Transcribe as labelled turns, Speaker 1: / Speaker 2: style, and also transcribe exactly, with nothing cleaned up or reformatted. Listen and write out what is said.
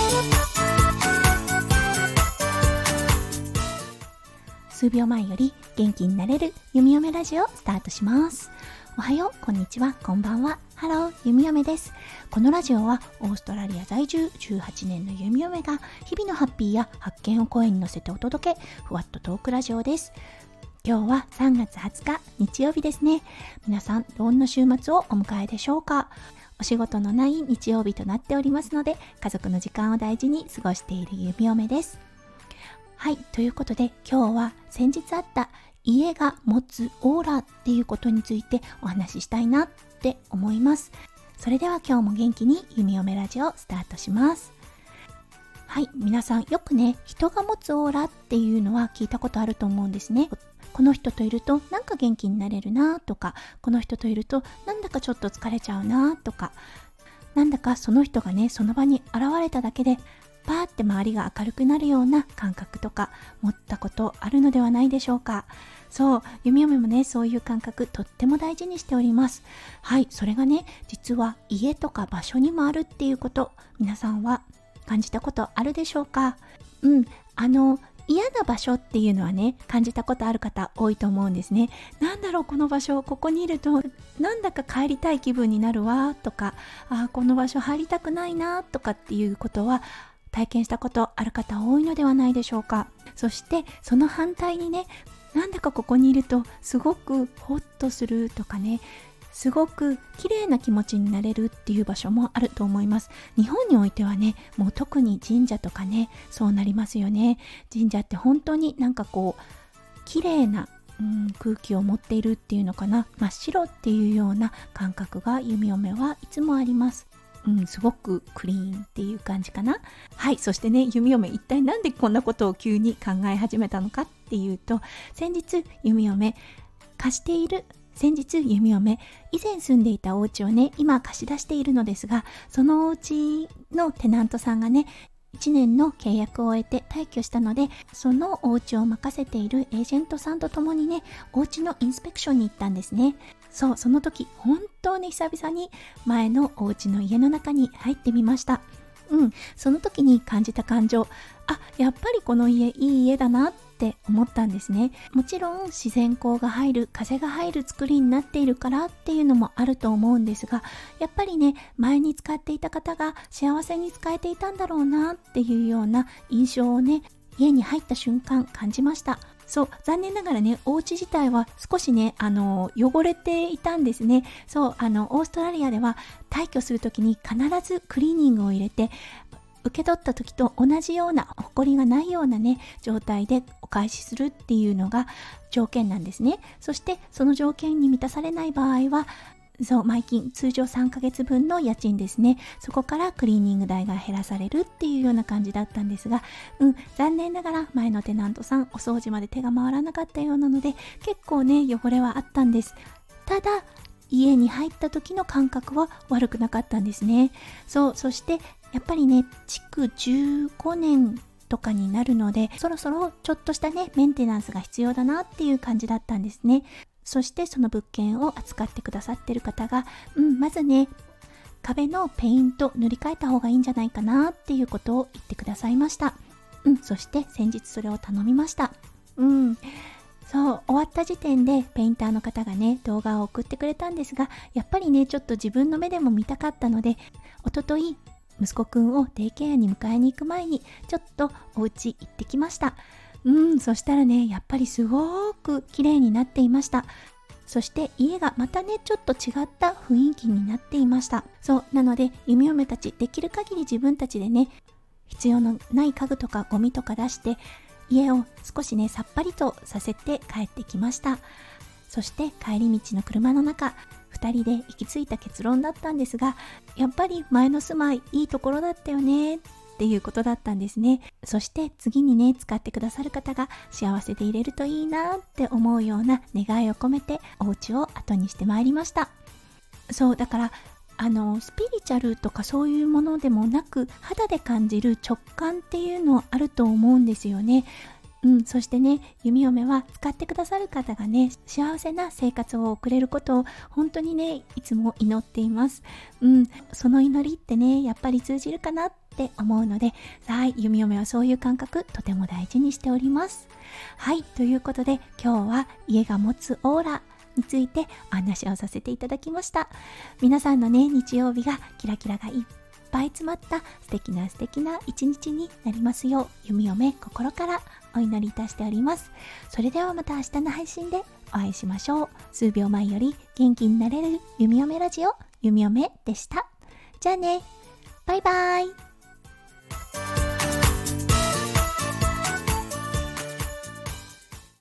Speaker 1: 数秒前より元気になれる弓嫁ラジオスタートします。おはよう、こんにちは、こんばんは。ハロー、弓嫁です。このラジオはオーストラリア在住じゅうはちねんの弓嫁が日々のハッピーや発見を声に乗せてお届け、ふわっとトークラジオです。今日はさんがつはつか日曜日ですね。皆さんどんな週末をお迎えでしょうか。お仕事のない日曜日となっておりますので、家族の時間を大事に過ごしている弓嫁です。はい、ということで今日は先日あった家が持つオーラっていうことについてお話ししたいなって思います。それでは今日も元気に弓嫁ラジオスタートします。はい、皆さんよくね、人が持つオーラっていうのは聞いたことあると思うんですね。この人といるとなんか元気になれるなとか、この人といるとなんだかちょっと疲れちゃうなとか、なんだかその人がね、その場に現れただけでパーって周りが明るくなるような感覚とか持ったことあるのではないでしょうか。そう、弓嫁もね、そういう感覚とっても大事にしております。はい、それがね、実は家とか場所にもあるっていうこと、皆さんは感じたことあるでしょうか。うん、あの嫌な場所っていうのはね、感じたことある方多いと思うんですね。なんだろう、この場所、ここにいるとなんだか帰りたい気分になるわとか、あ、この場所入りたくないなとかっていうことは体験したことある方多いのではないでしょうか。そしてその反対にね、なんだかここにいるとすごくホッとするとかね、すごく綺麗な気持ちになれるっていう場所もあると思います。日本においてはね、もう特に神社とかね、そうなりますよね。神社って本当になんかこう綺麗な、うん、空気を持っているっていうのかな、真っ白っていうような感覚が弓嫁はいつもあります。うん、すごくクリーンっていう感じかな。はい、そしてね、弓嫁一体なんでこんなことを急に考え始めたのかっていうと、先日弓嫁貸している先日弓嫁以前住んでいたお家をね、今貸し出しているのですが、そのお家のテナントさんがね、いちねんの契約を終えて退去したので、そのお家を任せているエージェントさんと共にね、お家のインスペクションに行ったんですね。そう、その時本当に久々に前のお家の家の中に入ってみました。うん、その時に感じた感情、あ、やっぱりこの家いい家だなって思ったんですね。もちろん自然光が入る、風が入る作りになっているからっていうのもあると思うんですが、やっぱりね、前に使っていた方が幸せに使えていたんだろうなっていうような印象をね、家に入った瞬間感じました。そう、残念ながらね、お家自体は少しね、あの汚れていたんですね。そう、あのオーストラリアでは退去するときに必ずクリーニングを入れて、受け取った時と同じような埃がないようなね、状態でお返しするっていうのが条件なんですね。そしてその条件に満たされない場合は、そう、毎金通常さんかげつぶんの家賃ですね、そこからクリーニング代が減らされるっていうような感じだったんですが、うん、残念ながら前のテナントさんお掃除まで手が回らなかったようなので、結構ね、汚れはあったんです。ただ家に入った時の感覚は悪くなかったんですね。そう、そしてやっぱりね、築じゅうごねんとかになるので、そろそろちょっとしたね、メンテナンスが必要だなっていう感じだったんですね。そしてその物件を扱ってくださってる方が、うん、まずね、壁のペイント塗り替えた方がいいんじゃないかなっていうことを言ってくださいました。うん、そして先日それを頼みました。うん、そう、終わった時点でペインターの方がね、動画を送ってくれたんですが、やっぱりね、ちょっと自分の目でも見たかったので、一昨日息子くんをデイケアに迎えに行く前にちょっとお家行ってきました。うん、そしたらね、やっぱりすごく綺麗になっていました。そして家がまたね、ちょっと違った雰囲気になっていました。そう、なので弓嫁たちできる限り自分たちでね、必要のない家具とかゴミとか出して家を少しね、さっぱりとさせて帰ってきました。そして帰り道の車の中、ふたりで行き着いた結論だったんですが、やっぱり前の住まいいいところだったよねっていうことだったんですね。そして次にね、使ってくださる方が幸せでいれるといいなって思うような願いを込めてお家を後にしてまいりました。そう、だからあのスピリチュアルとかそういうものでもなく、肌で感じる直感っていうのあると思うんですよね。 うん、そしてね、弓嫁は使ってくださる方がね、幸せな生活を送れることを本当にね、いつも祈っています。うん、その祈りってね、やっぱり通じるかなって思うので、はい、弓嫁はそういう感覚とても大事にしております。はい、ということで今日は家が持つオーラについてお話をさせていただきました。皆さんのね、日曜日がキラキラがいっぱい詰まった素敵な素敵な一日になりますよう、弓嫁心からお祈りいたしております。それではまた明日の配信でお会いしましょう。数秒前より元気になれる弓嫁ラジオ、弓嫁でした。じゃあね、バイバイ。